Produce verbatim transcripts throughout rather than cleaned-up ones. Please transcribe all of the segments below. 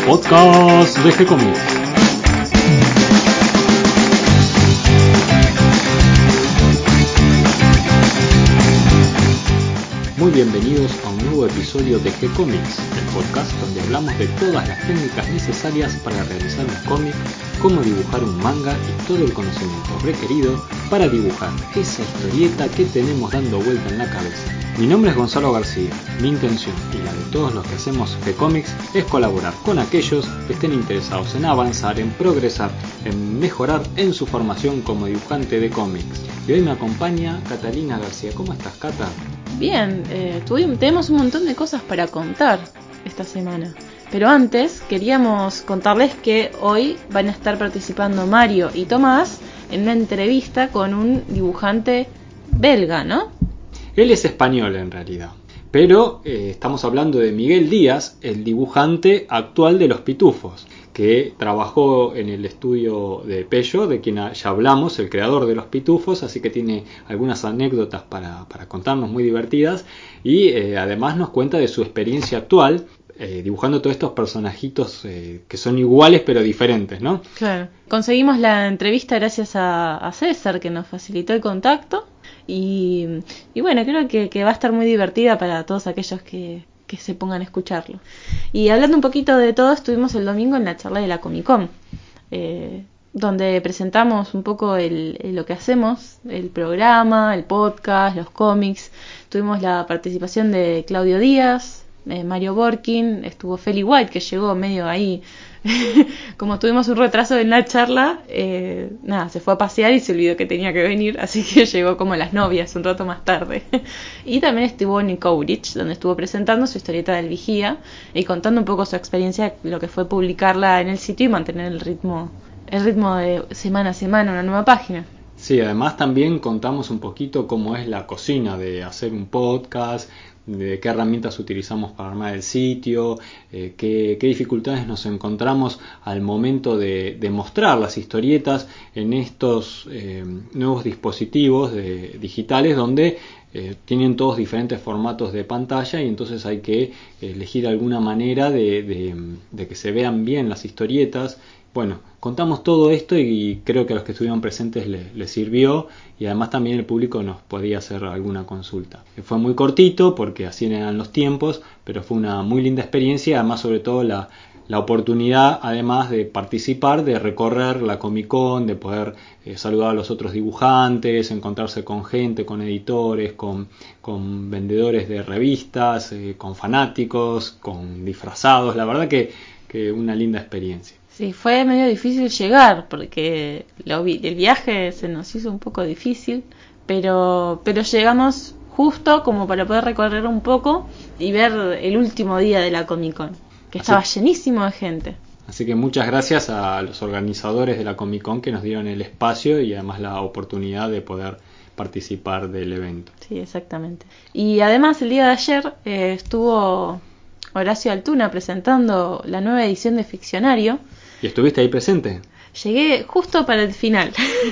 podcast de G-Comics. Muy bienvenidos a un nuevo episodio de G-Comics, el podcast donde hablamos de todas las técnicas necesarias para realizar un cómic, cómo dibujar un manga y todo el conocimiento requerido para dibujar esa historieta que tenemos dando vuelta en la cabeza. Mi nombre es Gonzalo García. Mi intención y la de todos los que hacemos G-Comics es colaborar con aquellos que estén interesados en avanzar, en progresar, en mejorar en su formación como dibujante de cómics. Y hoy me acompaña Catalina García. ¿Cómo estás, Cata? Bien, eh, tuvimos, tenemos un montón de cosas para contar esta semana. Pero antes queríamos contarles que hoy van a estar participando Mario y Tomás en una entrevista con un dibujante belga, ¿no? Él es español en realidad, pero eh, estamos hablando de Miguel Díaz, el dibujante actual de Los Pitufos, que trabajó en el estudio de Pello, de quien ya hablamos, el creador de Los Pitufos, así que tiene algunas anécdotas para, para contarnos muy divertidas y eh, además nos cuenta de su experiencia actual eh, dibujando todos estos personajitos eh, que son iguales pero diferentes, ¿no? Claro. Conseguimos la entrevista gracias a, a César, que nos facilitó el contacto. Y, y bueno, creo que, que va a estar muy divertida para todos aquellos que, que se pongan a escucharlo. Y hablando un poquito de todo, estuvimos el domingo en la charla de la Comic Con, eh, donde presentamos un poco el, el, lo que hacemos, el programa, el podcast, los cómics. Tuvimos la participación de Claudio Díaz, eh, Mario Borkin, estuvo Feli White, que llegó medio ahí. Como tuvimos un retraso en la charla, eh, nada, se fue a pasear y se olvidó que tenía que venir, así que llegó como las novias un rato más tarde. Y también estuvo Nick Ourich, donde estuvo presentando su historieta del Vigía y contando un poco su experiencia, lo que fue publicarla en el sitio y mantener el ritmo, el ritmo de semana a semana, una nueva página. Sí, además también contamos un poquito cómo es la cocina de hacer un podcast, de qué herramientas utilizamos para armar el sitio, eh, qué, qué dificultades nos encontramos al momento de, de mostrar las historietas en estos eh, nuevos dispositivos de, digitales donde eh, tienen todos diferentes formatos de pantalla y entonces hay que elegir alguna manera de, de, de que se vean bien las historietas. Bueno, contamos todo esto y creo que a los que estuvieron presentes les, les sirvió y además también el público nos podía hacer alguna consulta. Fue muy cortito porque así eran los tiempos, pero fue una muy linda experiencia, además sobre todo la, la oportunidad además de participar, de recorrer la Comic Con, de poder eh, saludar a los otros dibujantes, encontrarse con gente, con editores, con, con vendedores de revistas, eh, con fanáticos, con disfrazados, la verdad que, que una linda experiencia. Sí, fue medio difícil llegar porque lo vi, el viaje se nos hizo un poco difícil, pero, pero llegamos justo como para poder recorrer un poco y ver el último día de la Comic Con, que estaba Así, llenísimo de gente. Así que muchas gracias a los organizadores de la Comic Con que nos dieron el espacio y además la oportunidad de poder participar del evento. Sí, exactamente. Y además el día de ayer eh, estuvo Horacio Altuna presentando la nueva edición de Ficcionario. ¿Y estuviste ahí presente? Llegué justo para el final,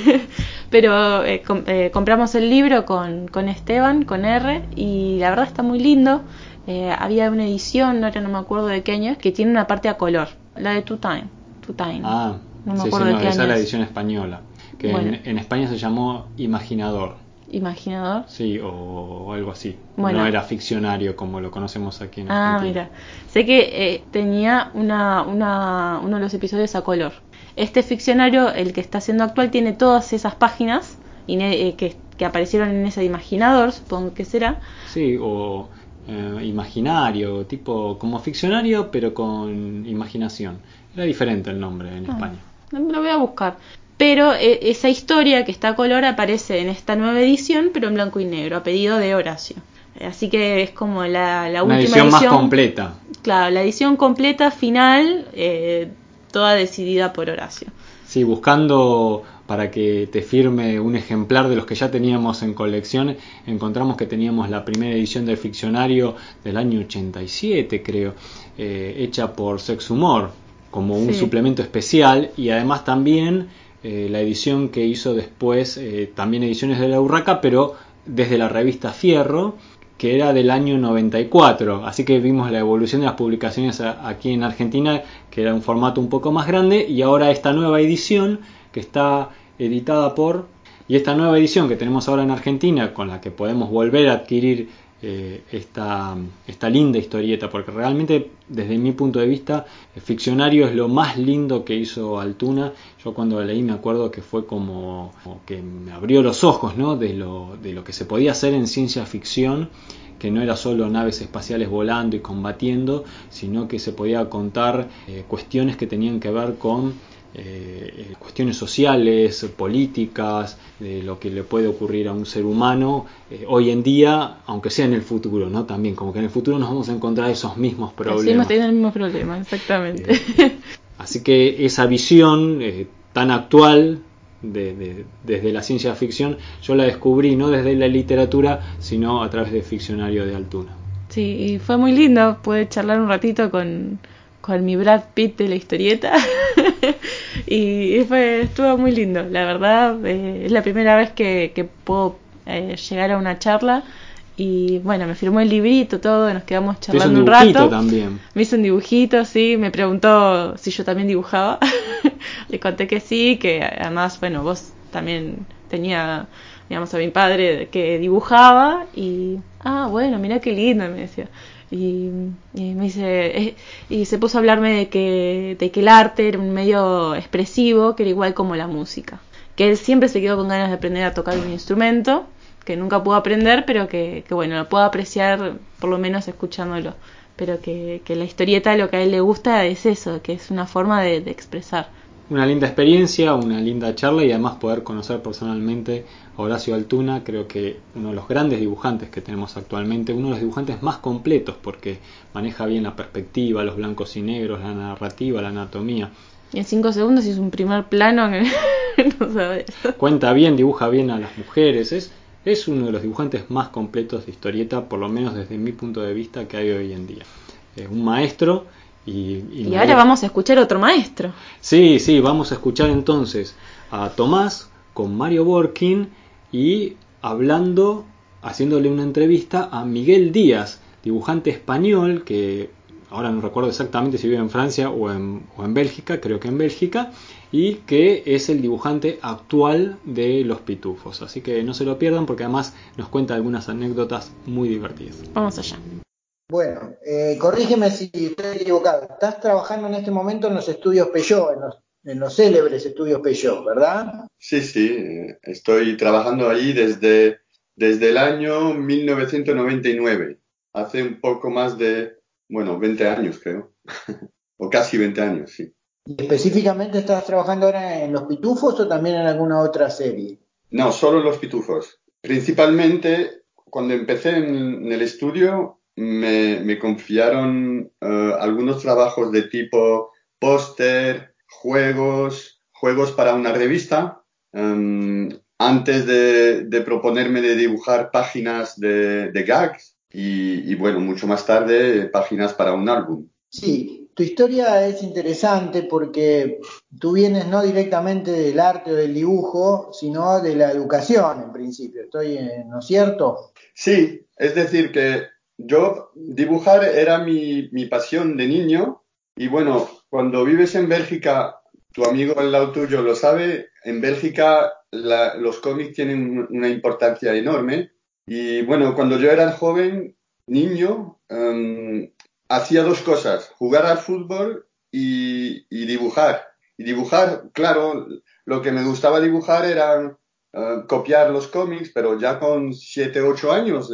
pero eh, com- eh, compramos el libro con, con Esteban, con R, y la verdad está muy lindo. Eh, había una edición, ahora no me acuerdo de qué año, que tiene una parte a color, la de Two Time. Two Time. Ah, no me sí, acuerdo sí, de no, qué esa año es la es. edición española, que Bueno. en, en España se llamó Imaginador. Imaginador. Sí, o, o algo así. Bueno. No era Ficcionario como lo conocemos aquí en Ah, Argentina. mira. Sé que eh, tenía una, una, uno de los episodios a color. Este Ficcionario, el que está haciendo actual, tiene todas esas páginas eh, que, que aparecieron en ese Imaginador, supongo que será. Sí, o eh, imaginario, tipo como Ficcionario, pero con imaginación. Era diferente el nombre en Ah, España. Lo voy a buscar. Pero eh, esa historia que está a color aparece en esta nueva edición, pero en blanco y negro, a pedido de Horacio. Así que es como la, la Una última edición, edición más completa. Claro, la edición completa final, eh, toda decidida por Horacio. Sí, buscando para que te firme un ejemplar de los que ya teníamos en colección, encontramos que teníamos la primera edición del Ficcionario del año ochenta y siete, creo, eh, hecha por Sex Humor, como un Sí. suplemento especial, y además también eh, la edición que hizo después, eh, también Ediciones de la Urraca, pero desde la revista Fierro, que era del año noventa y cuatro, así que vimos la evolución de las publicaciones aquí en Argentina, que era un formato un poco más grande, y ahora esta nueva edición que está editada por, y esta nueva edición que tenemos ahora en Argentina, con la que podemos volver a adquirir eh, esta, esta linda historieta, porque realmente desde mi punto de vista Ficcionario es lo más lindo que hizo Altuna. Yo cuando la leí me acuerdo que fue como, como que me abrió los ojos, ¿no? de, lo, de lo que se podía hacer en ciencia ficción, que no era solo naves espaciales volando y combatiendo, sino que se podía contar eh, cuestiones que tenían que ver con Eh, cuestiones sociales, políticas, de lo que le puede ocurrir a un ser humano eh, hoy en día, aunque sea en el futuro, ¿no? También, como que en el futuro nos vamos a encontrar esos mismos problemas. Seguimos teniendo el mismo problema, exactamente. Eh, así que esa visión eh, tan actual de, de, desde la ciencia ficción, yo la descubrí no desde la literatura, sino a través de Ficcionario de Altuna. Sí, y fue muy lindo, pude charlar un ratito con, con mi Brad Pitt de la historieta. Y fue, estuvo muy lindo, la verdad. Eh, es la primera vez que, que puedo eh, llegar a una charla. Y bueno, me firmó el librito, todo, nos quedamos charlando un, un rato. También. Me hizo un dibujito, sí, me preguntó si yo también dibujaba. Le conté que sí, que además, bueno, vos también tenía, digamos, a mi padre que dibujaba. Y, ah, bueno, mirá qué lindo, me decía. Y, y me dice eh, y se puso a hablarme de que de que el arte era un medio expresivo, que era igual como la música, que él siempre se quedó con ganas de aprender a tocar un instrumento que nunca pudo aprender, pero que, que bueno, lo puedo apreciar por lo menos escuchándolo, pero que, que la historieta, lo que a él le gusta es eso, que es una forma de, de expresar. Una linda experiencia, una linda charla, y además poder conocer personalmente a Horacio Altuna, creo que uno de los grandes dibujantes que tenemos actualmente, uno de los dibujantes más completos, porque maneja bien la perspectiva, los blancos y negros, la narrativa, la anatomía. Y en cinco segundos hizo un primer plano que no sabes. Cuenta bien, dibuja bien a las mujeres, es, es uno de los dibujantes más completos de historieta, por lo menos desde mi punto de vista, que hay hoy en día. Es un maestro. Y, y, y ahora vamos a escuchar otro maestro. Sí, sí, vamos a escuchar entonces a Tomás con Mario Borkin y hablando, haciéndole una entrevista a Miguel Díaz, dibujante español que ahora no recuerdo exactamente si vive en Francia o en, o en Bélgica, creo que en Bélgica, y que es el dibujante actual de Los Pitufos. Así que no se lo pierdan porque además nos cuenta algunas anécdotas muy divertidas. Vamos allá. Bueno, eh, corrígeme si estoy equivocado. Estás trabajando en este momento en los estudios Peugeot, en los, en los célebres estudios Peugeot, ¿verdad? Sí, sí, estoy trabajando allí desde, desde el año mil novecientos noventa y nueve, hace un poco más de, bueno, veinte años creo, o casi veinte años, sí. ¿Y específicamente estás trabajando ahora en Los Pitufos o también en alguna otra serie? No, solo en Los Pitufos. Principalmente, cuando empecé en, en el estudio, me, me confiaron uh, algunos trabajos de tipo póster, juegos, juegos para una revista, um, antes de, de proponerme de dibujar páginas de, de gags y, y, bueno, mucho más tarde, páginas para un álbum. Sí, tu historia es interesante porque tú vienes no directamente del arte o del dibujo, sino de la educación en principio. ¿Estoy, ¿no es cierto? Sí, es decir que yo dibujar era mi, mi pasión de niño y bueno, cuando vives en Bélgica, tu amigo al lado tuyo lo sabe, en Bélgica la, los cómics tienen una importancia enorme y bueno, cuando yo era joven, niño, um, hacía dos cosas, jugar al fútbol y, y dibujar. Y dibujar, claro, lo que me gustaba dibujar era uh, copiar los cómics, pero ya con siete, ocho años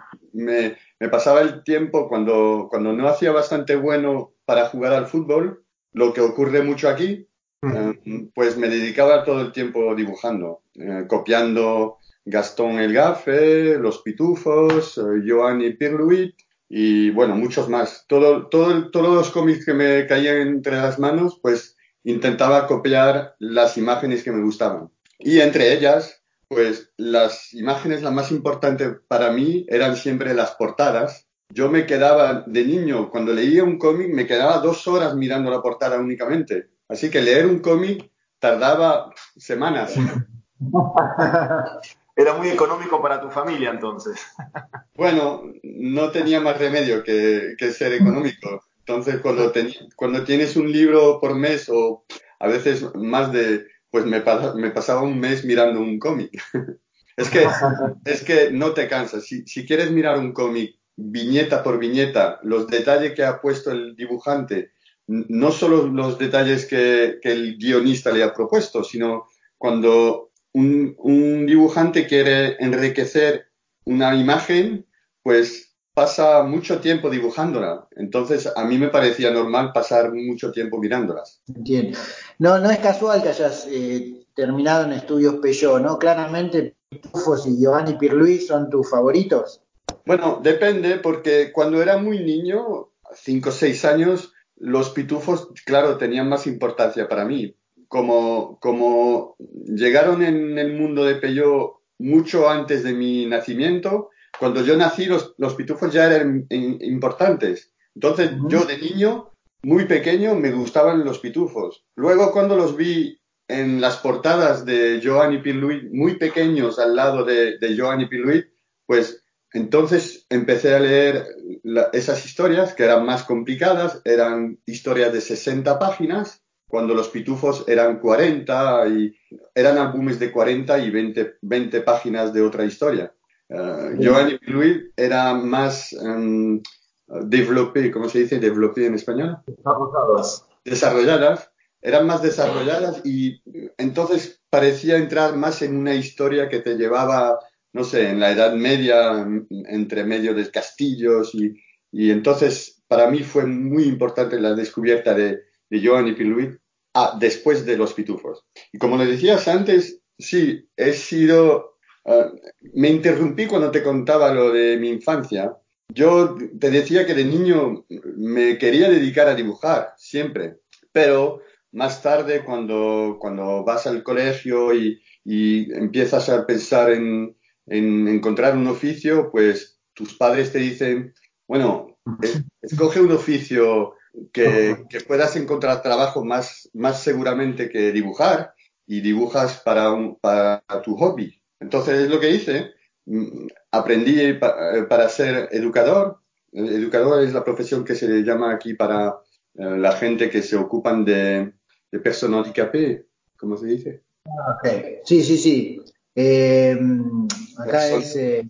me, me pasaba el tiempo cuando, cuando no hacía bastante bueno para jugar al fútbol, lo que ocurre mucho aquí, uh, pues me dedicaba todo el tiempo dibujando, uh, copiando Gastón el Gafe, Los Pitufos, uh, Joan y Pirluit, y bueno, muchos más. Todo, todo, todos los cómics que me caían entre las manos, pues intentaba copiar las imágenes que me gustaban. Y entre ellas, pues las imágenes las más importantes para mí eran siempre las portadas. Yo me quedaba de niño, cuando leía un cómic, me quedaba dos horas mirando la portada únicamente. Así que leer un cómic tardaba semanas. Era muy económico para tu familia entonces. Bueno, no tenía más remedio que, que ser económico. Entonces, cuando, teni- cuando tienes un libro por mes o a veces más de, pues me, pa- me pasaba un mes mirando un cómic. Es que, es que no te cansas. Si, si quieres mirar un cómic viñeta por viñeta, los detalles que ha puesto el dibujante, n- no solo los detalles que, que el guionista le ha propuesto, sino cuando un, un dibujante quiere enriquecer una imagen, pues pasa mucho tiempo dibujándola. Entonces, a mí me parecía normal pasar mucho tiempo mirándolas. Entiendo. No, no es casual que hayas eh, terminado en estudios Peugeot, ¿no? Claramente Pitufos y Giovanni Pierluigi son tus favoritos. Bueno, depende, porque cuando era muy niño, cinco o seis años, los pitufos, claro, tenían más importancia para mí. Como, como llegaron en el mundo de Peugeot mucho antes de mi nacimiento, cuando yo nací, los, los pitufos ya eran in- importantes. Entonces, Ujú. yo de niño, muy pequeño, me gustaban los pitufos. Luego, cuando los vi en las portadas de Giovanni Pierluigi, muy pequeños al lado de, de Giovanni Pierluigi, pues entonces empecé a leer la- esas historias que eran más complicadas, eran historias de sesenta páginas, cuando los pitufos eran cuarenta y eran álbumes de cuarenta y veinte, veinte páginas de otra historia. Uh, Giovanni Luis era más um, développé, ¿cómo se dice? Développé en español. Desarrolladas. Desarrolladas, eran más desarrolladas y entonces parecía entrar más en una historia que te llevaba, no sé, en la Edad Media, entre medio de castillos y, y entonces para mí fue muy importante la descubierta de, de Giovanni Pierluigi ah, después de Los Pitufos. Y como le decías antes, sí, he sido... Uh, me interrumpí cuando te contaba lo de mi infancia. Yo te decía que de niño me quería dedicar a dibujar, siempre, pero más tarde cuando, cuando vas al colegio y, y empiezas a pensar en, en encontrar un oficio, pues tus padres te dicen, bueno, es- escoge un oficio que, que puedas encontrar trabajo más, más seguramente que dibujar y dibujas para, un, para tu hobby. Entonces es lo que hice. Mm, Aprendí pa- para ser educador. El educador es la profesión que se le llama aquí para eh, la gente que se ocupan de, de personas handicapées, ¿cómo se dice? Ok. Sí, sí, sí. Eh, acá es Personas eh,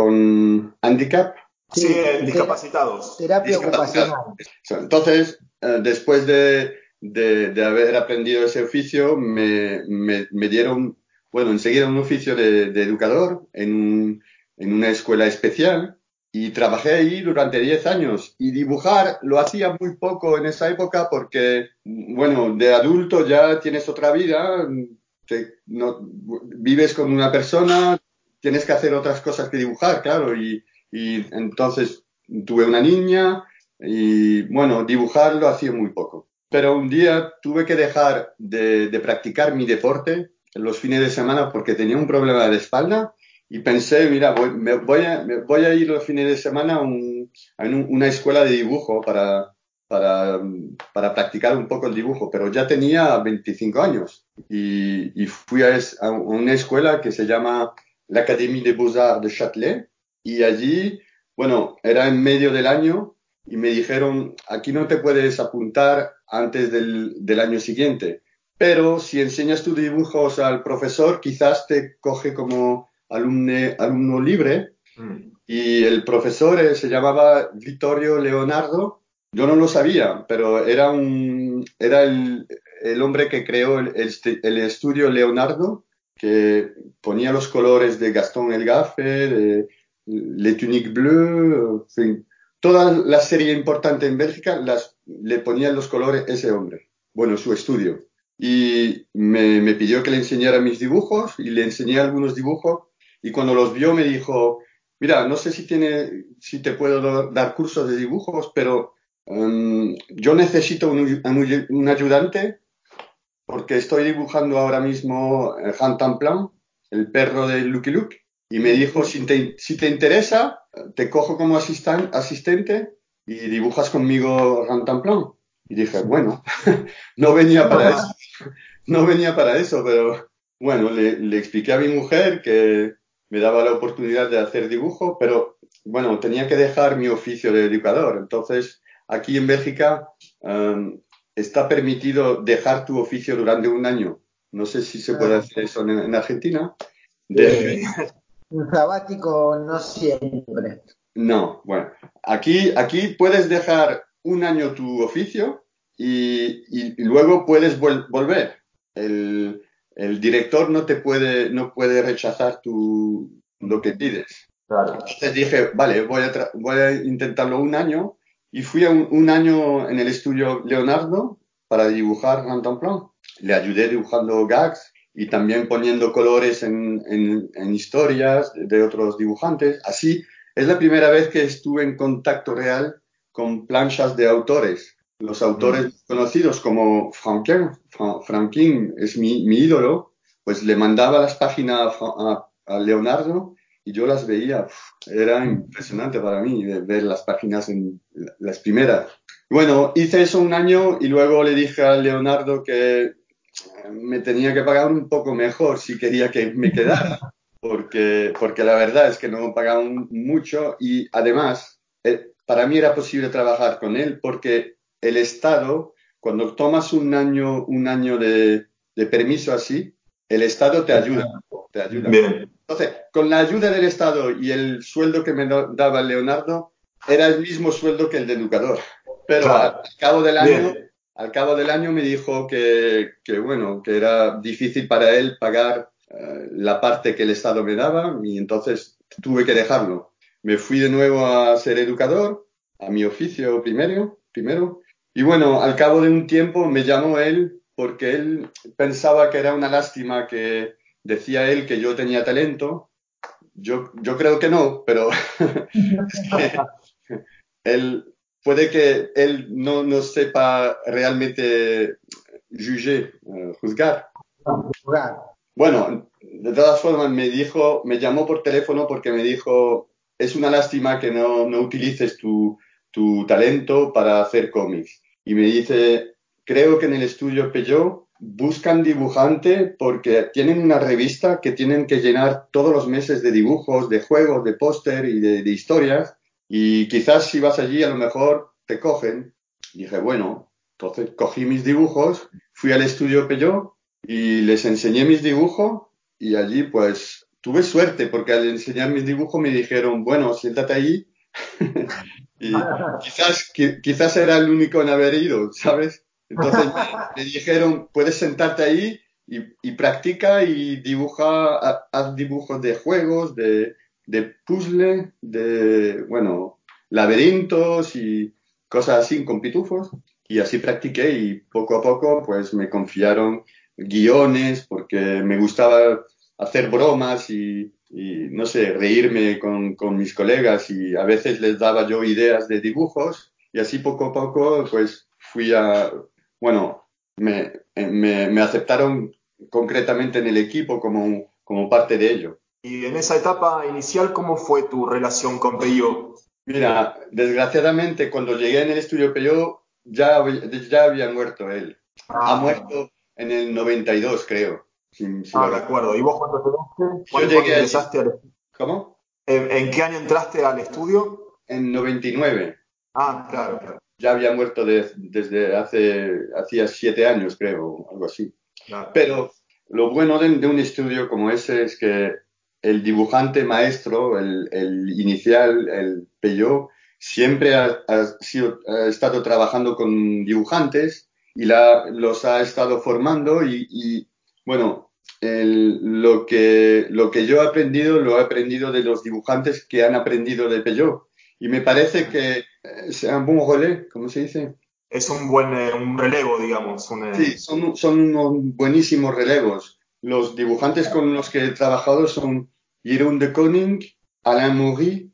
con handicap, Sí, sí, eh, tera- discapacitados. terapia discapacidad. ocupacional. Entonces, eh, después de, de, de haber aprendido ese oficio, me, me, me dieron, bueno, enseguida un oficio de, de educador en, un, en una escuela especial y trabajé ahí durante diez años. Y dibujar lo hacía muy poco en esa época porque, bueno, de adulto ya tienes otra vida, te- no, vives con una persona, tienes que hacer otras cosas que dibujar, claro, y, y entonces tuve una niña y bueno, dibujar lo hacía muy poco. Pero un día tuve que dejar de, de practicar mi deporte en los fines de semana porque tenía un problema de espalda y pensé, mira, voy, me voy, a, me voy a ir los fines de semana a, un- a un- una escuela de dibujo para, para, para practicar un poco el dibujo, pero ya tenía veinticinco años y, y fui a, es- a una escuela que se llama la Académie des Beaux-Arts de Châtelet y allí, bueno, era en medio del año y me dijeron, aquí no te puedes apuntar antes del, del año siguiente, pero si enseñas tus dibujos al profesor, quizás te coge como alumne, alumno libre. Mm. Y el profesor eh, se llamaba Vittorio Leonardo. Yo no lo sabía, pero era, un, era el, el hombre que creó el, el, el estudio Leonardo, que ponía los colores de Gaston el Gafe, de Les Tuniques Bleues, en fin, toda la serie importante en Bélgica las, le ponía los colores ese hombre. Bueno, su estudio. Y me, me pidió que le enseñara mis dibujos y le enseñé algunos dibujos. Y cuando los vio me dijo, mira, no sé si tiene, si te puedo do- dar cursos de dibujos, pero um, yo necesito un, un- un ayudante porque estoy dibujando ahora mismo eh, Han Tan Plan, el perro de Lucky Luke, y me dijo, si te, si te interesa, te cojo como asistan- asistente y dibujas conmigo Han Tan Plan. Y dije, bueno, no venía para eso, no venía para eso, pero bueno, le, le expliqué a mi mujer que me daba la oportunidad de hacer dibujo, pero bueno, tenía que dejar mi oficio de educador. Entonces, aquí en Bélgica um, está permitido dejar tu oficio durante un año. No sé si se puede hacer eso en, en Argentina. Eh, De, un sabático no siempre. no, bueno, aquí, aquí puedes dejar un año tu oficio y, y- y luego puedes vol- volver. El, el director no te puede, no puede rechazar tu, lo que pides. Claro. Entonces dije, vale, voy a, tra- voy a intentarlo un año y fui a un, un año en el estudio Leonardo para dibujar Rantanplan. Le ayudé dibujando gags y también poniendo colores en, en- en historias de otros dibujantes. Así, es la primera vez que estuve en contacto real con planchas de autores. Los autores Mm. conocidos como Franquin, Fra- Franquin es mi, mi ídolo, pues le mandaba las páginas a, Fra- a- a Leonardo y yo las veía. Uf, era impresionante para mí de ver las páginas en las primeras. Bueno, hice eso un año y luego le dije a Leonardo que me tenía que pagar un poco mejor si quería que me quedara, porque, porque la verdad es que no me pagaban mucho y además eh, para mí era posible trabajar con él porque el Estado, cuando tomas un año, un año de, de permiso así, el Estado te ayuda, te ayuda. Bien. Entonces, con la ayuda del Estado y el sueldo que me do- daba Leonardo, era el mismo sueldo que el de educador. Pero al, Claro. al cabo del año, Bien. al cabo del año me dijo que, que, bueno, que era difícil para él pagar eh, la parte que el Estado me daba y entonces tuve que dejarlo. Me fui de nuevo a ser educador, a mi oficio primero, primero. Y bueno, al cabo de un tiempo me llamó él porque él pensaba que era una lástima que decía él que yo tenía talento. Yo, yo creo que no, pero es que él, puede que él no, no sepa realmente juger, eh, juzgar. Jugar. Bueno, de todas formas me dijo, me llamó por teléfono porque me dijo, es una lástima que no, no utilices tu, tu talento para hacer cómics. Y me dice, creo que en el estudio Peugeot buscan dibujante porque tienen una revista que tienen que llenar todos los meses de dibujos, de juegos, de póster y de, de historias. Y quizás si vas allí a lo mejor te cogen. Y dije, bueno, entonces cogí mis dibujos, fui al estudio Peugeot y les enseñé mis dibujos y allí pues tuve suerte porque al enseñar mis dibujos me dijeron, bueno, siéntate ahí y quizás, qui- quizás era el único en haber ido, ¿sabes? Entonces me, me dijeron, puedes sentarte ahí y, y practica y dibuja, ha- haz dibujos de juegos, de, de puzzle, de, bueno, laberintos y cosas así con pitufos. Y así practiqué y poco a poco pues me confiaron guiones porque me gustaba hacer bromas y, y, no sé, reírme con, con mis colegas y a veces les daba yo ideas de dibujos y así poco a poco pues fui a, bueno, me, me, me aceptaron concretamente en el equipo como, como parte de ello. Y en esa etapa inicial, ¿cómo fue tu relación con Peyo? Mira, desgraciadamente cuando llegué en el estudio Peugeot ya, hab- ya había muerto él. Ha Ah, muerto en el noventa y dos, creo, si, si ah, lo de recuerdo. acuerdo. ¿Y vos cuándo llegaste? Yo ¿Cuándo cuándo llegué allí, ingresaste al estudio? ¿cómo? ¿En, en qué año entraste al estudio? En noventa y nueve. Ah, claro, claro, Ya había muerto de- desde hace, hacía siete años, creo, algo así. claro. Pero lo bueno de, de un estudio como ese es que el dibujante maestro, el, el inicial, el Peugeot, siempre ha, ha sido, ha estado trabajando con dibujantes y la, los ha estado formando y, y, bueno, el- lo que, lo que yo he aprendido lo he aprendido de los dibujantes que han aprendido de Peugeot. Y me parece que es un buen relais, ¿cómo se dice? Es un buen eh, un relevo, digamos. Un, Sí, eh, son, son unos buenísimos relevos. Los dibujantes con los que he trabajado son Jeroen de Koning, Alain Moury,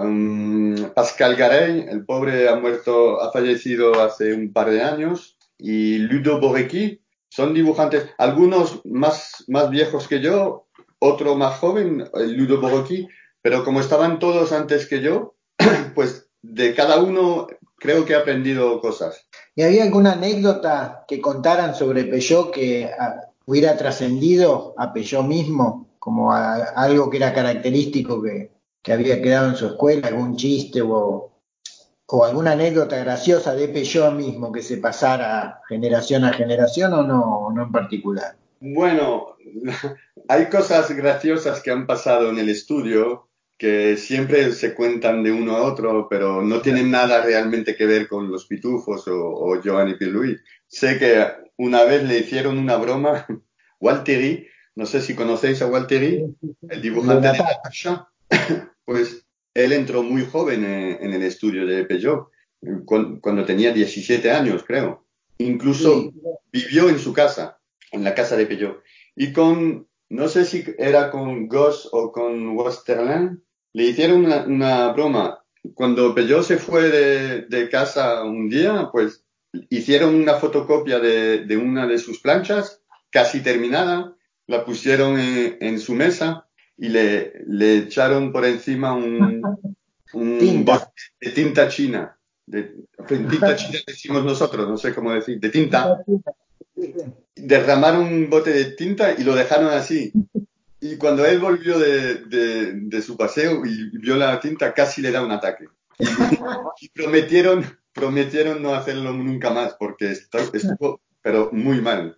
um, Pascal Garay, el pobre ha muerto, ha fallecido hace un par de años, y Ludo Borecki. Son dibujantes, algunos más, más viejos que yo, otro más joven, el Ludo Borecki, pero como estaban todos antes que yo, pues de cada uno creo que he aprendido cosas. ¿Y había alguna anécdota que contaran sobre Peugeot que ah, hubiera trascendido a Peugeot mismo? como a- algo que era característico que, que había quedado en su escuela, algún chiste o, o alguna anécdota graciosa de Peugeot mismo que se pasara generación a generación o no, no en particular. Bueno, hay cosas graciosas que han pasado en el estudio que siempre se cuentan de uno a otro, pero no tienen nada realmente que ver con los pitufos o, o Giovanni Pierluigi. Sé que una vez le hicieron una broma, Walteri, no sé si conocéis a Walteri, el dibujante de la Pasha, pues él entró muy joven en, en el estudio de Peugeot, cuando, cuando tenía diecisiete años, creo. Incluso Sí, vivió en su casa, en la casa de Peugeot. Y con, no sé si era con Goss o con Westerland, le hicieron una, una broma. Cuando Peugeot se fue de, de casa un día, pues hicieron una fotocopia de, de una de sus planchas, casi terminada, la pusieron en, en su mesa y le, le echaron por encima un, un tinta. bote de tinta china. De, en tinta china decimos nosotros, no sé cómo decir, de tinta. Derramaron un bote de tinta y lo dejaron así. Y cuando él volvió de, de, de su paseo y vio la tinta, casi le da un ataque. Y, y prometieron, prometieron no hacerlo nunca más, porque estu- estuvo, pero muy mal.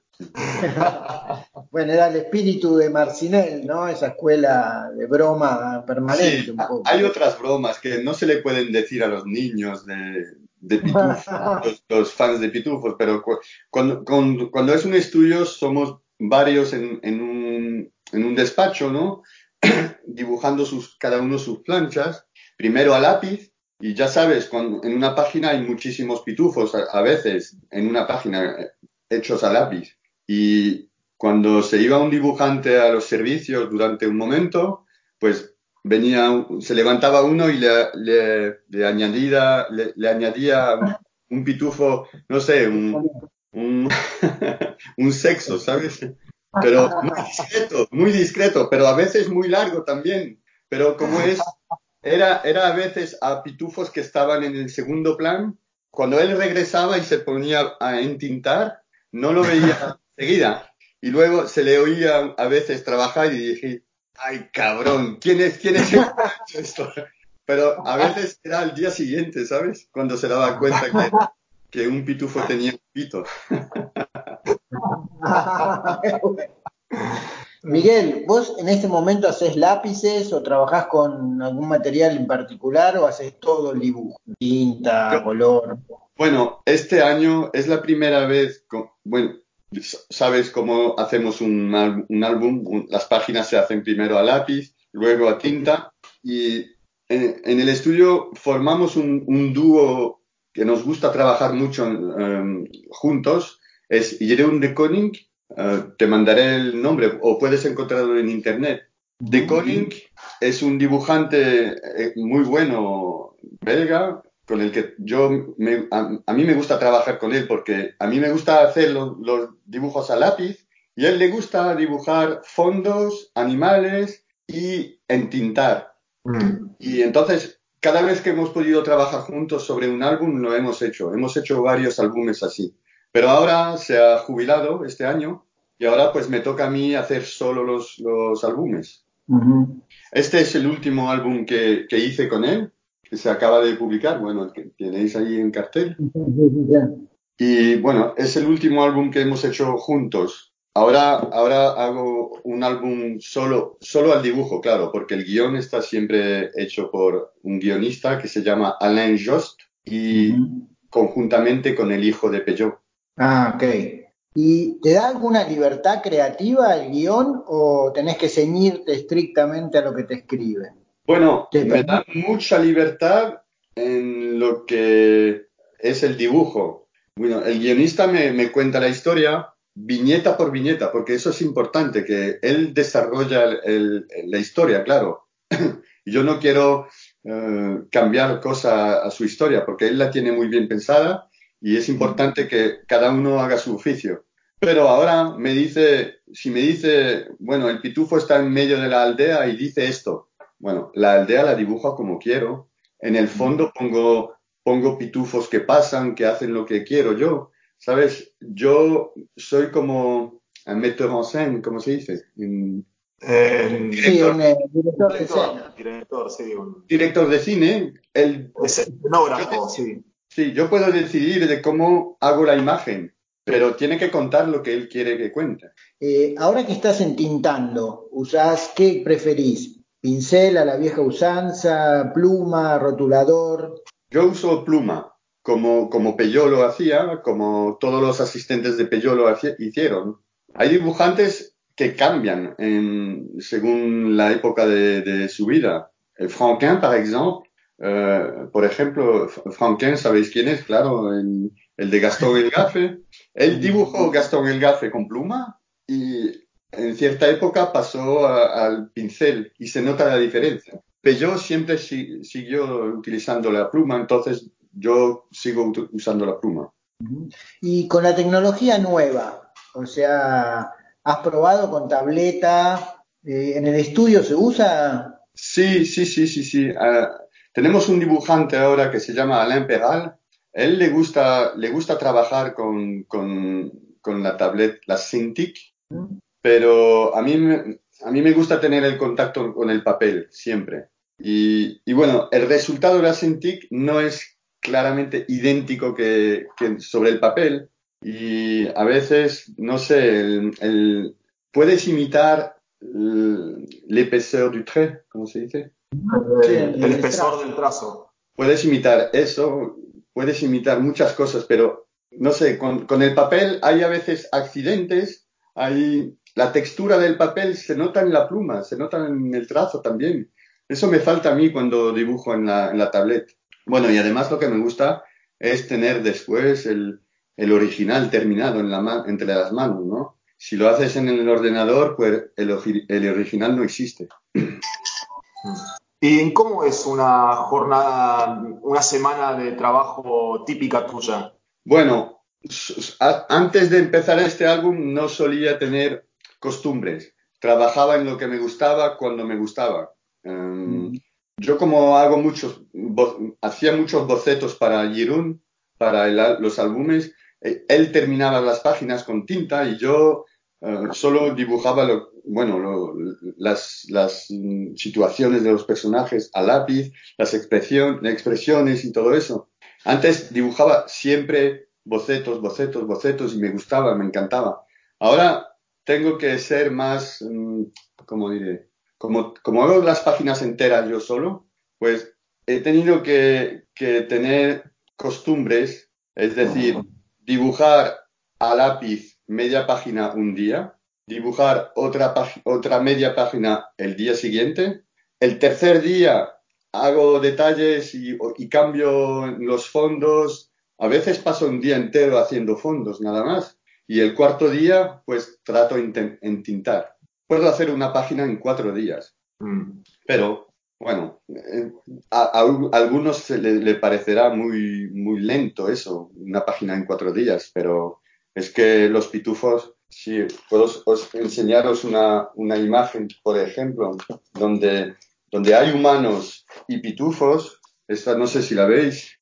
Bueno, era el espíritu de Marcinel, ¿no? Esa escuela de broma Sí, permanente un ha- poco. hay otras bromas que no se le pueden decir a los niños de, de Pitufos, los, los fans de Pitufos, pero cu- cuando, cuando, cuando es un estudio somos varios en, en un, en un despacho, ¿no? Dibujando sus, cada uno sus planchas, primero a lápiz, y ya sabes, cuando, en una página hay muchísimos pitufos, a, a veces en una página eh, hechos a lápiz. Y cuando se iba un dibujante a los servicios durante un momento, pues venía, un- se levantaba uno y le, le, le añadía, le, le añadía un, un pitufo, no sé, un, un, un sexo, ¿sabes? Pero muy discreto, muy discreto, pero a veces muy largo también. Pero como es, era, era a veces a pitufos que estaban en el segundo plan, cuando él regresaba y se ponía a entintar, no lo veía enseguida. Y luego se le oía a veces trabajar y dije, ay cabrón, ¿quién es, quién es el que ha hecho esto? Pero a veces era al día siguiente, ¿sabes? Cuando se daba cuenta que, que un pitufo tenía un pito. Miguel, ¿vos en este momento haces lápices o trabajás con algún material en particular o haces todo el dibujo? Tinta, color. Bueno, este año es la primera vez, co- bueno, sabes cómo hacemos un, al- un álbum, Un- las páginas se hacen primero a lápiz, luego a tinta, y en, en el estudio formamos un, un dúo que nos gusta trabajar mucho em, juntos, es Jeroen de Koning, eh, te mandaré el nombre o puedes encontrarlo en internet. De Koning es un dibujante eh, muy bueno belga con el que yo, me, a, a, mí me gusta trabajar con él porque a mí me gusta hacer los, los dibujos a lápiz y a él le gusta dibujar fondos, animales y entintar. Mm. Y entonces, cada vez que hemos podido trabajar juntos sobre un álbum, lo hemos hecho. Hemos hecho varios álbumes así. Pero ahora se ha jubilado este año y ahora pues me toca a mí hacer solo los, los álbumes. Uh-huh. Este es el último álbum que, que hice con él, que se acaba de publicar, bueno, el que tenéis ahí en cartel. Y bueno, es el último álbum que hemos hecho juntos. Ahora, ahora hago un álbum solo, solo al dibujo, claro, porque el guión está siempre hecho por un guionista que se llama Alain Jost y uh-huh. conjuntamente con el hijo de Peugeot. Ah, ok. ¿Y te da alguna libertad creativa el guión o tenés que ceñirte estrictamente a lo que te escribe? Bueno, me da mucha libertad en lo que es el dibujo. Bueno, el guionista me, me cuenta la historia viñeta por viñeta, porque eso es importante, que él desarrolla el, el, la historia, claro. Yo no quiero eh, cambiar cosa a su historia, porque él la tiene muy bien pensada y es importante que cada uno haga su oficio. Pero ahora me dice, si me dice, bueno, el pitufo está en medio de la aldea y dice esto. Bueno, la aldea la dibujo como quiero. En el fondo pongo, pongo pitufos que pasan, que hacen lo que quiero yo. ¿Sabes? Yo soy como un metteur en scène, ¿cómo se dice? En, Eh, Sí, Director, un eh, director de director, escena. director, sí, un director de cine, el, escenógrafo, sí. sí, yo puedo decidir de cómo hago la imagen, pero tiene que contar lo que él quiere que cuente. Eh, ahora que estás entintando, ¿usás qué preferís? ¿Pincel a la vieja usanza, pluma, rotulador? Yo uso pluma, como, como Peyo lo hacía, como todos los asistentes de Peyo lo hacía- hicieron. Hay dibujantes que cambian en- según la época de, de su vida. El Franquin, por ejemplo, eh, por ejemplo, F- Franquin, ¿sabéis quién es? Claro, el, el de Gastón el Gafe. Él dibujó Gastón el Gafe con pluma y en cierta época pasó a- al pincel y se nota la diferencia. Peugeot siempre si- siguió utilizando la pluma, entonces yo sigo ut- usando la pluma. Ujú. Y con la tecnología nueva, o sea, ¿has probado con tableta? Eh, ¿en el estudio se usa? Sí, sí, sí, sí, sí. Ah, tenemos un dibujante ahora que se llama Alain Peral. Él le gusta, le gusta trabajar con, con, con la tablet, la Cintiq, pero a mí, me- a mí me gusta tener el contacto con el papel siempre. Y, y bueno, el resultado de la Cintiq no es claramente idéntico que, que sobre el papel y a veces, no sé, el, el- puedes imitar l- l'épaisseur du trait, ¿cómo se dice? Sí, El, el el espesor trazo. del trazo. Puedes imitar eso, puedes imitar muchas cosas, pero no sé, con, con el papel hay a veces accidentes, hay la textura del papel se nota en la pluma, se nota en el trazo también. Eso me falta a mí cuando dibujo en la, en la tablet. Bueno, y además lo que me gusta es tener después el, el original terminado en la ma- entre las manos, ¿no? Si lo haces en el ordenador, pues el, ori- el original no existe. ¿Y cómo es una jornada, una semana de trabajo típica tuya? Bueno, s- s- a- antes de empezar este álbum no solía tener costumbres. Trabajaba en lo que me gustaba cuando me gustaba. Em, yo como hago muchos, bo- hacía muchos bocetos para Yeroon, para el al- los álbumes, eh, él terminaba las páginas con tinta y yo eh, solo dibujaba lo- bueno, lo- las, las mm, situaciones de los personajes a lápiz, las expresión- expresiones y todo eso. Antes dibujaba siempre bocetos, bocetos, bocetos y me gustaba, me encantaba. Ahora tengo que ser más, mm, ¿cómo diré? Como, como hago las páginas enteras yo solo, pues he tenido que, que tener costumbres, es decir, dibujar a lápiz media página un día, dibujar otra, pag- otra media página el día siguiente, el tercer día hago detalles y, y cambio los fondos. A veces paso un día entero haciendo fondos, nada más. Y el cuarto día, pues trato de entintar. Puedo hacer una página en cuatro días. Mm. Pero, bueno, eh, a, a algunos se le, le parecerá muy, muy lento eso, una página en cuatro días, pero es que los pitufos, sí, puedo os- os enseñaros una, una imagen, por ejemplo, donde, donde hay humanos y pitufos, esta no sé si la veis,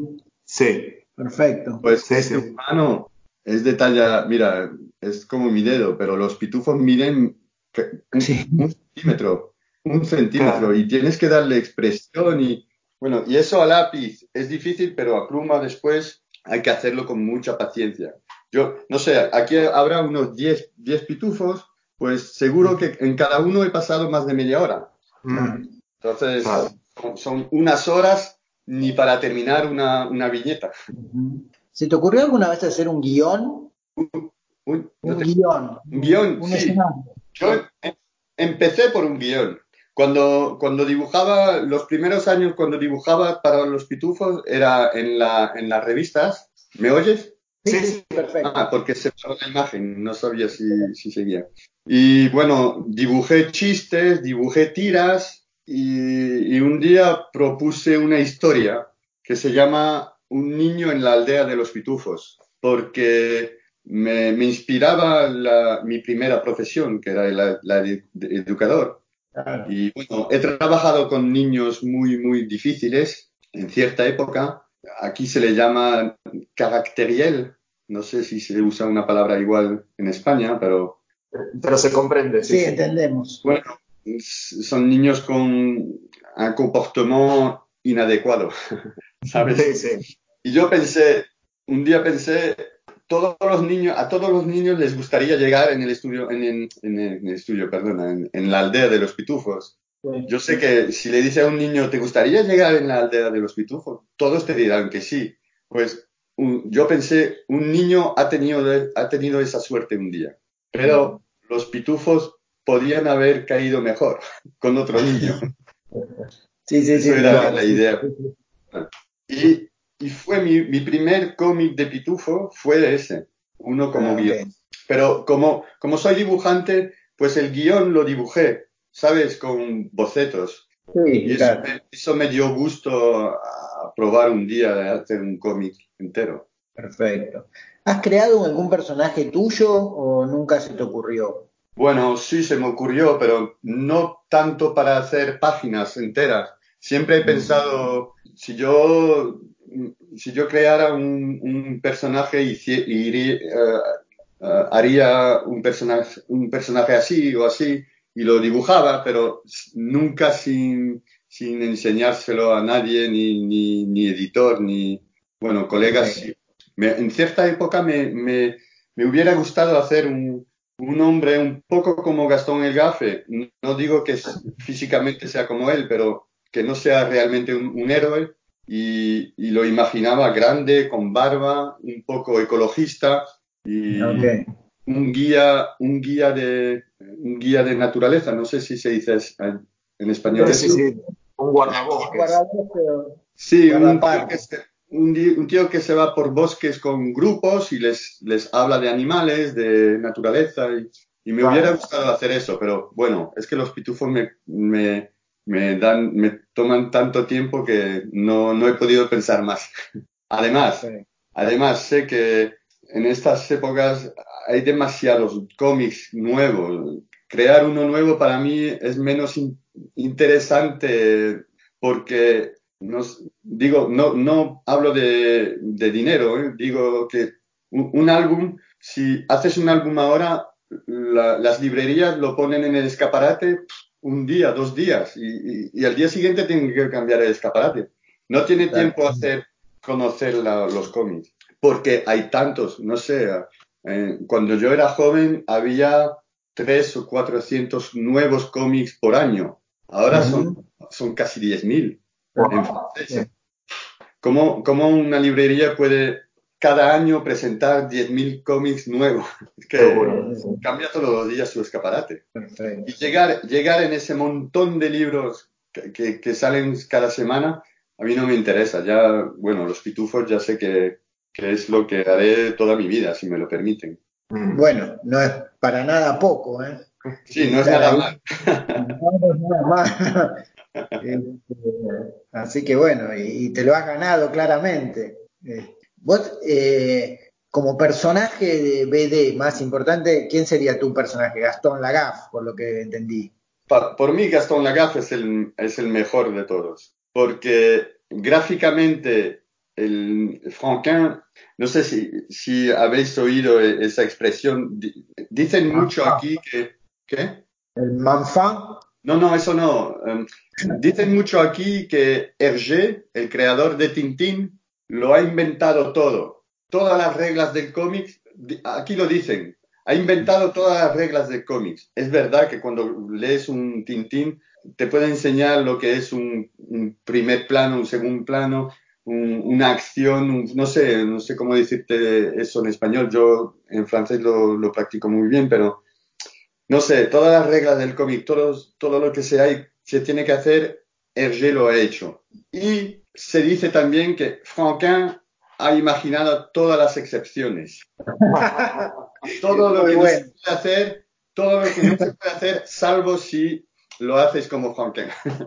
Sí, Perfecto. pues sí, este sí. humano es de talla, mira, es como mi dedo, pero los pitufos miden que- un, Sí. un centímetro, un centímetro, Claro. y tienes que darle expresión y, bueno, y eso a lápiz es difícil, pero a pluma después hay que hacerlo con mucha paciencia. Yo, no sé, aquí habrá unos diez diez pitufos, pues seguro que en cada uno he pasado más de media hora. Claro. Mm, Entonces, claro. son, son unas horas ni para terminar una, una viñeta. Ujú. ¿Se te ocurrió alguna vez hacer un guión? Un, no Un te- guión, un un, guión, un sí. escenario. Yo em- empecé por un guión. Cuando, cuando dibujaba, los primeros años cuando dibujaba para los pitufos era en la, en las revistas. ¿Me oyes? Sí, Sí, sí, sí. perfecto. Ah, porque se paró la imagen, no sabía si, si seguía. Y bueno, dibujé chistes, dibujé tiras y, y un día propuse una historia que se llama Un niño en la aldea de los pitufos, porque me, me inspiraba la- mi primera profesión, que era la, la de de educador. Claro. Y bueno, he trabajado con niños muy, muy difíciles en cierta época. Aquí se le llama caracteriel. No sé si se usa una palabra igual en España, pero Pero se comprende, sí. Sí, sí. entendemos. Bueno, son niños con un comportamiento inadecuado, ¿sabes? Sí, sí. Y yo pensé, un día pensé, todos los niños, a todos los niños les gustaría llegar en el estudio, en, en, en el, en el estudio, perdona, en, en la aldea de los pitufos. Yo sé que si le dice a un niño, ¿te gustaría llegar en la aldea de los pitufos? Todos te dirán que sí. Pues un, yo pensé, un niño ha tenido, ha tenido esa suerte un día, pero los pitufos podían haber caído mejor con otro niño. Sí, sí, sí. Eso era Claro. la idea. Y, y fue mi, mi primer cómic de pitufo, fue ese, uno como Ah, guión. ok. Pero como, como soy dibujante, pues el guión lo dibujé, ¿sabes? Con bocetos. Sí, Y eso claro. me, eso me dio gusto a probar un día de hacer un cómic entero. Perfecto. ¿Has creado algún personaje tuyo o nunca se te ocurrió? Bueno, sí se me ocurrió, pero no tanto para hacer páginas enteras. Siempre he pensado, si yo, si yo creara un, un personaje y uh, uh, haría un personaje, un personaje así o así y lo dibujaba, pero nunca sin, sin enseñárselo a nadie, ni, ni, ni editor, ni, bueno, colegas. Sí. Me, en cierta época me, me, me hubiera gustado hacer un un hombre un poco como Gastón el Gafe. No digo que físicamente sea como él, pero que no sea realmente un, un héroe. Y, y, lo imaginaba grande, con barba, un poco ecologista y Okay. un guía, un guía de, un guía de naturaleza. No sé si se dice en español Sí, eso. sí, sí. Un guardabosques. Guardabosques. Sí, un tío, que se, un, un tío que se va por bosques con grupos y les, les habla de animales, de naturaleza, y, y me claro. hubiera gustado hacer eso, pero bueno, es que los pitufos me, me, me, dan, me toman tanto tiempo que no, no he podido pensar más. Además, sí. además sé que en estas épocas hay demasiados cómics nuevos. Crear uno nuevo para mí es menos in, interesante porque no, digo, no, no hablo de, de dinero, ¿eh? Digo que un, un álbum, si haces un álbum ahora, la, las librerías lo ponen en el escaparate un día, dos días, y, y, y al día siguiente tienen que cambiar el escaparate. No tiene tiempo a hacer conocer la, los cómics, porque hay tantos, no sé, eh, cuando yo era joven había tres o cuatrocientos nuevos cómics por año, ahora son, son casi diez mil. En francés. ¿Cómo, ¿Cómo una librería puede cada año presentar diez mil cómics nuevos? Es que bueno, cambia todos los días su escaparate. Perfecto. Y llegar, llegar en ese montón de libros que, que, que salen cada semana, a mí no me interesa. Ya, bueno, los pitufos ya sé que, que es lo que haré toda mi vida, si me lo permiten. Bueno, no es para nada poco, ¿eh? Sí, no es nada ahí. mal. No es nada mal. Este, así que bueno, y, y te lo has ganado claramente. Eh, vos, eh, como personaje de B D más importante, ¿quién sería tu personaje? Gastón Lagaffe, por lo que entendí. Pa, por mí, Gastón Lagaffe es el, es el mejor de todos, porque gráficamente el Franquin, no sé si, si habéis oído esa expresión, dicen mucho aquí que... ¿Qué? ¿El Manfan? No, no, eso no. Um, dicen mucho aquí que Hergé, el creador de Tintín, lo ha inventado todo. Todas las reglas del cómic, aquí lo dicen, ha inventado todas las reglas del cómic. Es verdad que cuando lees un Tintín te puede enseñar lo que es un, un primer plano, un segundo plano, un, una acción, un, no sé, no sé cómo decirte eso en español. Yo en francés lo, lo practico muy bien, pero no sé, todas las reglas del cómic, todo, todo lo que se, hay, se tiene que hacer, Hergé lo ha hecho. Y se dice también que Franquin ha imaginado todas las excepciones. Todo lo Muy que bueno. no se puede hacer, todo lo que no se puede hacer, salvo si lo haces como Franquin.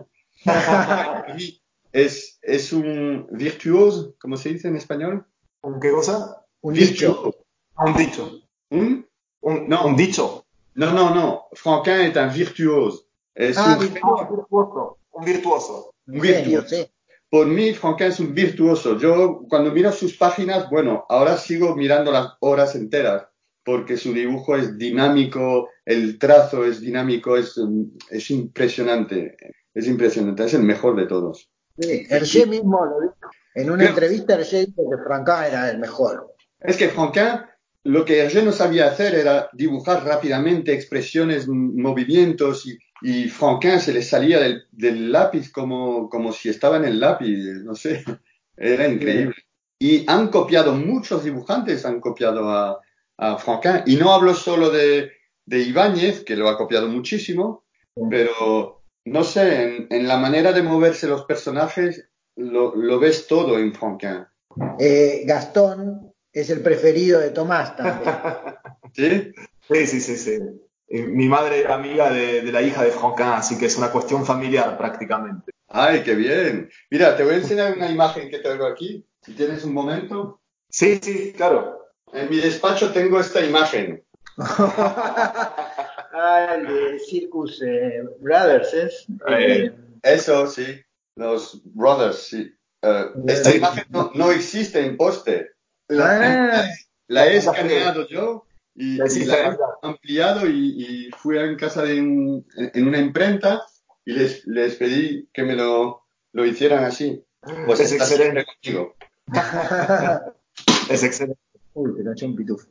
es, es un virtuoso, ¿cómo se dice en español? ¿Un qué cosa? Un Virtuoso. dicho. Un dicho. ¿Un? Un, no. un dicho. No, no, no. Franquin es un virtuoso. Es ah, un virtuoso. Un virtuoso. Un genio, sí. Por mí, Franquin es un virtuoso. Yo, cuando miro sus páginas, bueno, ahora sigo mirando las horas enteras, porque su dibujo es dinámico, el trazo es dinámico, es, es impresionante, es impresionante, es el mejor de todos. Sí, Hergé mismo lo dijo. En una Pero, entrevista Hergé dijo que Franquin era el mejor. Es que Franquin, lo que Hergé no sabía hacer era dibujar rápidamente expresiones, movimientos, y, y Franquin se le salía del, del lápiz como, como si estaba en el lápiz, no sé, era increíble. Y han copiado, muchos dibujantes han copiado a, a Franquin, y no hablo solo de, de Ibáñez, que lo ha copiado muchísimo, pero no sé, en, en la manera de moverse los personajes lo, lo ves todo en Franquin. Eh, Gastón es el preferido de Tomás también. ¿Sí? Sí, sí, sí, sí. Eh, Mi madre era amiga de, de la hija de Franquin, así que es una cuestión familiar prácticamente. ¡Ay, qué bien! Mira, te voy a enseñar una imagen que tengo aquí, si tienes un momento. Sí, sí, claro. En mi despacho tengo esta imagen. Ah, el de Circus eh, Brothers, ¿es? Eh, Eso, sí, los Brothers, sí. Eh, esta imagen no, no existe en póster. La, Ah, la he escaneado yo y, La y hiciste la he realidad. ampliado y, y fui en casa de un, en una imprenta y les, les pedí que me lo, lo hicieran así. Pues Es está excelente. siempre conmigo. Es excelente. uy, te caché un pitufo.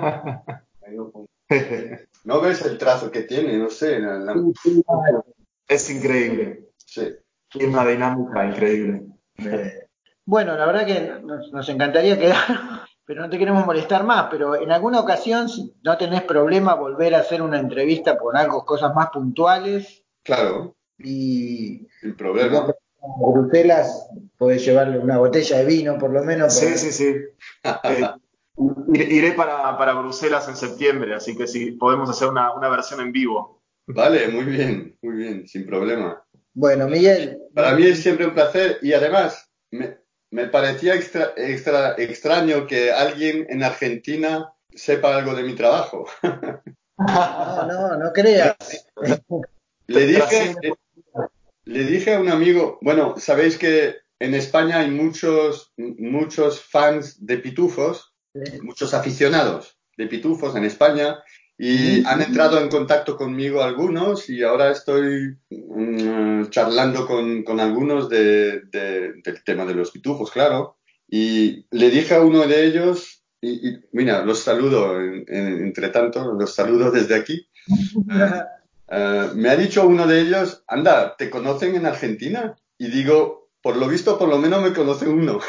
¿No ves el trazo que tiene? No sé. La, la- Es increíble. sí. Tiene una dinámica increíble. Eh, Bueno, la verdad que nos, nos encantaría quedar, pero no te queremos molestar más, pero en alguna ocasión, si no tenés problema, volver a hacer una entrevista por algo, cosas más puntuales, Claro, y, sin y ya problema. que estás en Bruselas, podés llevarle una botella de vino, por lo menos. Sí, Para... sí, sí. Eh, iré iré para, para Bruselas en septiembre, así que sí, podemos hacer una, una versión en vivo. Vale, muy bien, muy bien, sin problema. Bueno, Miguel, Para mí es siempre un placer y además me, me parecía extra, extra, extraño que alguien en Argentina sepa algo de mi trabajo. no, no, no creas. Le dije, Trasciende. le dije a un amigo, bueno, sabéis que en España hay muchos, muchos fans de pitufos, muchos aficionados de pitufos en España, y han entrado en contacto conmigo algunos y ahora estoy mm, charlando con, con algunos de, de- del tema de los pitufos, claro. Y le dije a uno de ellos, y, y mira, los saludo, en- en- entre tanto, los saludo desde aquí. Eh, me ha dicho uno de ellos, anda, ¿te conocen en Argentina? Y digo, por lo visto, por lo menos me conoce uno.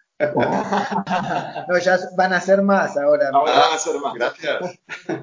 No, ya van a ser más ahora. Ahora Ah, van a ser más. gracias.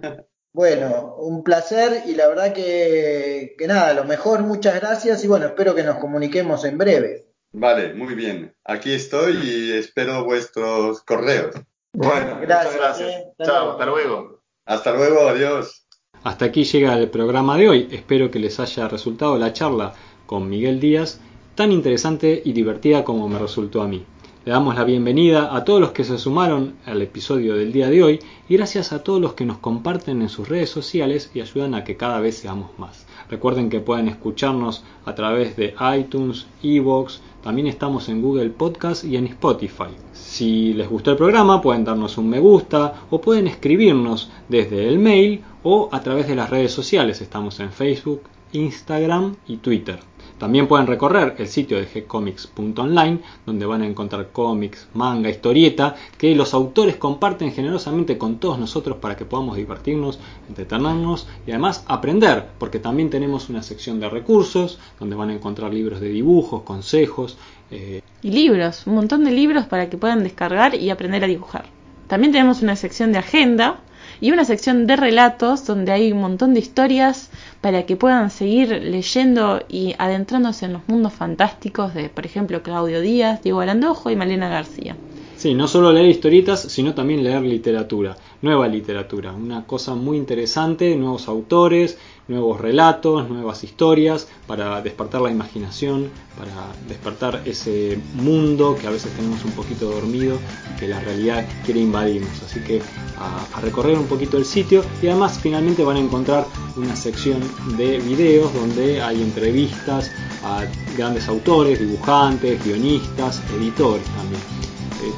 Bueno, un placer y la verdad que, que nada, lo mejor, muchas gracias y bueno, espero que nos comuniquemos en breve. Vale, muy bien. Aquí estoy y espero vuestros correos. Bueno, muchas Gracias. gracias. eh. Hasta Chao, luego. hasta luego. Hasta luego, adiós. Hasta aquí llega el programa de hoy. Espero que les haya resultado la charla con Miguel Díaz tan interesante y divertida como me resultó a mí. Le damos la bienvenida a todos los que se sumaron al episodio del día de hoy y gracias a todos los que nos comparten en sus redes sociales y ayudan a que cada vez seamos más. Recuerden que pueden escucharnos a través de iTunes, iVoox, también estamos en Google Podcast y en Spotify. Si les gustó el programa pueden darnos un me gusta o pueden escribirnos desde el mail o a través de las redes sociales. Estamos en Facebook, Instagram y Twitter. También pueden recorrer el sitio de g comics punto online, donde van a encontrar cómics, manga, historieta, que los autores comparten generosamente con todos nosotros para que podamos divertirnos, entretenernos y además aprender, porque también tenemos una sección de recursos, donde van a encontrar libros de dibujos, consejos. Eh... Y libros, un montón de libros para que puedan descargar y aprender a dibujar. También tenemos una sección de agenda y una sección de relatos donde hay un montón de historias para que puedan seguir leyendo y adentrándose en los mundos fantásticos de, por ejemplo, Claudio Díaz, Diego Arandojo y Malena García. Sí, no solo leer historietas, sino también leer literatura, nueva literatura, una cosa muy interesante, nuevos autores, nuevos relatos, nuevas historias, para despertar la imaginación, para despertar ese mundo que a veces tenemos un poquito dormido y que la realidad quiere invadirnos. Así que a, a recorrer un poquito el sitio y además finalmente van a encontrar una sección de videos donde hay entrevistas a grandes autores, dibujantes, guionistas, editores también. Eh,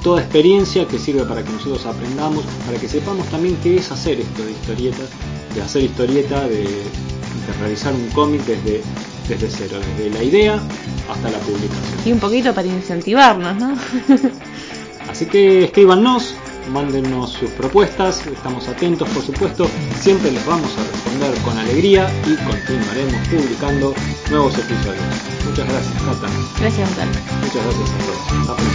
toda experiencia que sirve para que nosotros aprendamos, para que sepamos también qué es hacer esto de historietas, de hacer historieta, de, de realizar un cómic desde, desde cero, desde la idea hasta la publicación. Y un poquito para incentivarnos, ¿no? Así que escríbanos, mándennos sus propuestas, estamos atentos, por supuesto, siempre les vamos a responder con alegría y continuaremos publicando nuevos episodios. Muchas gracias, Cata. Gracias, Gonzalo. Muchas gracias a todos. Hasta pronto.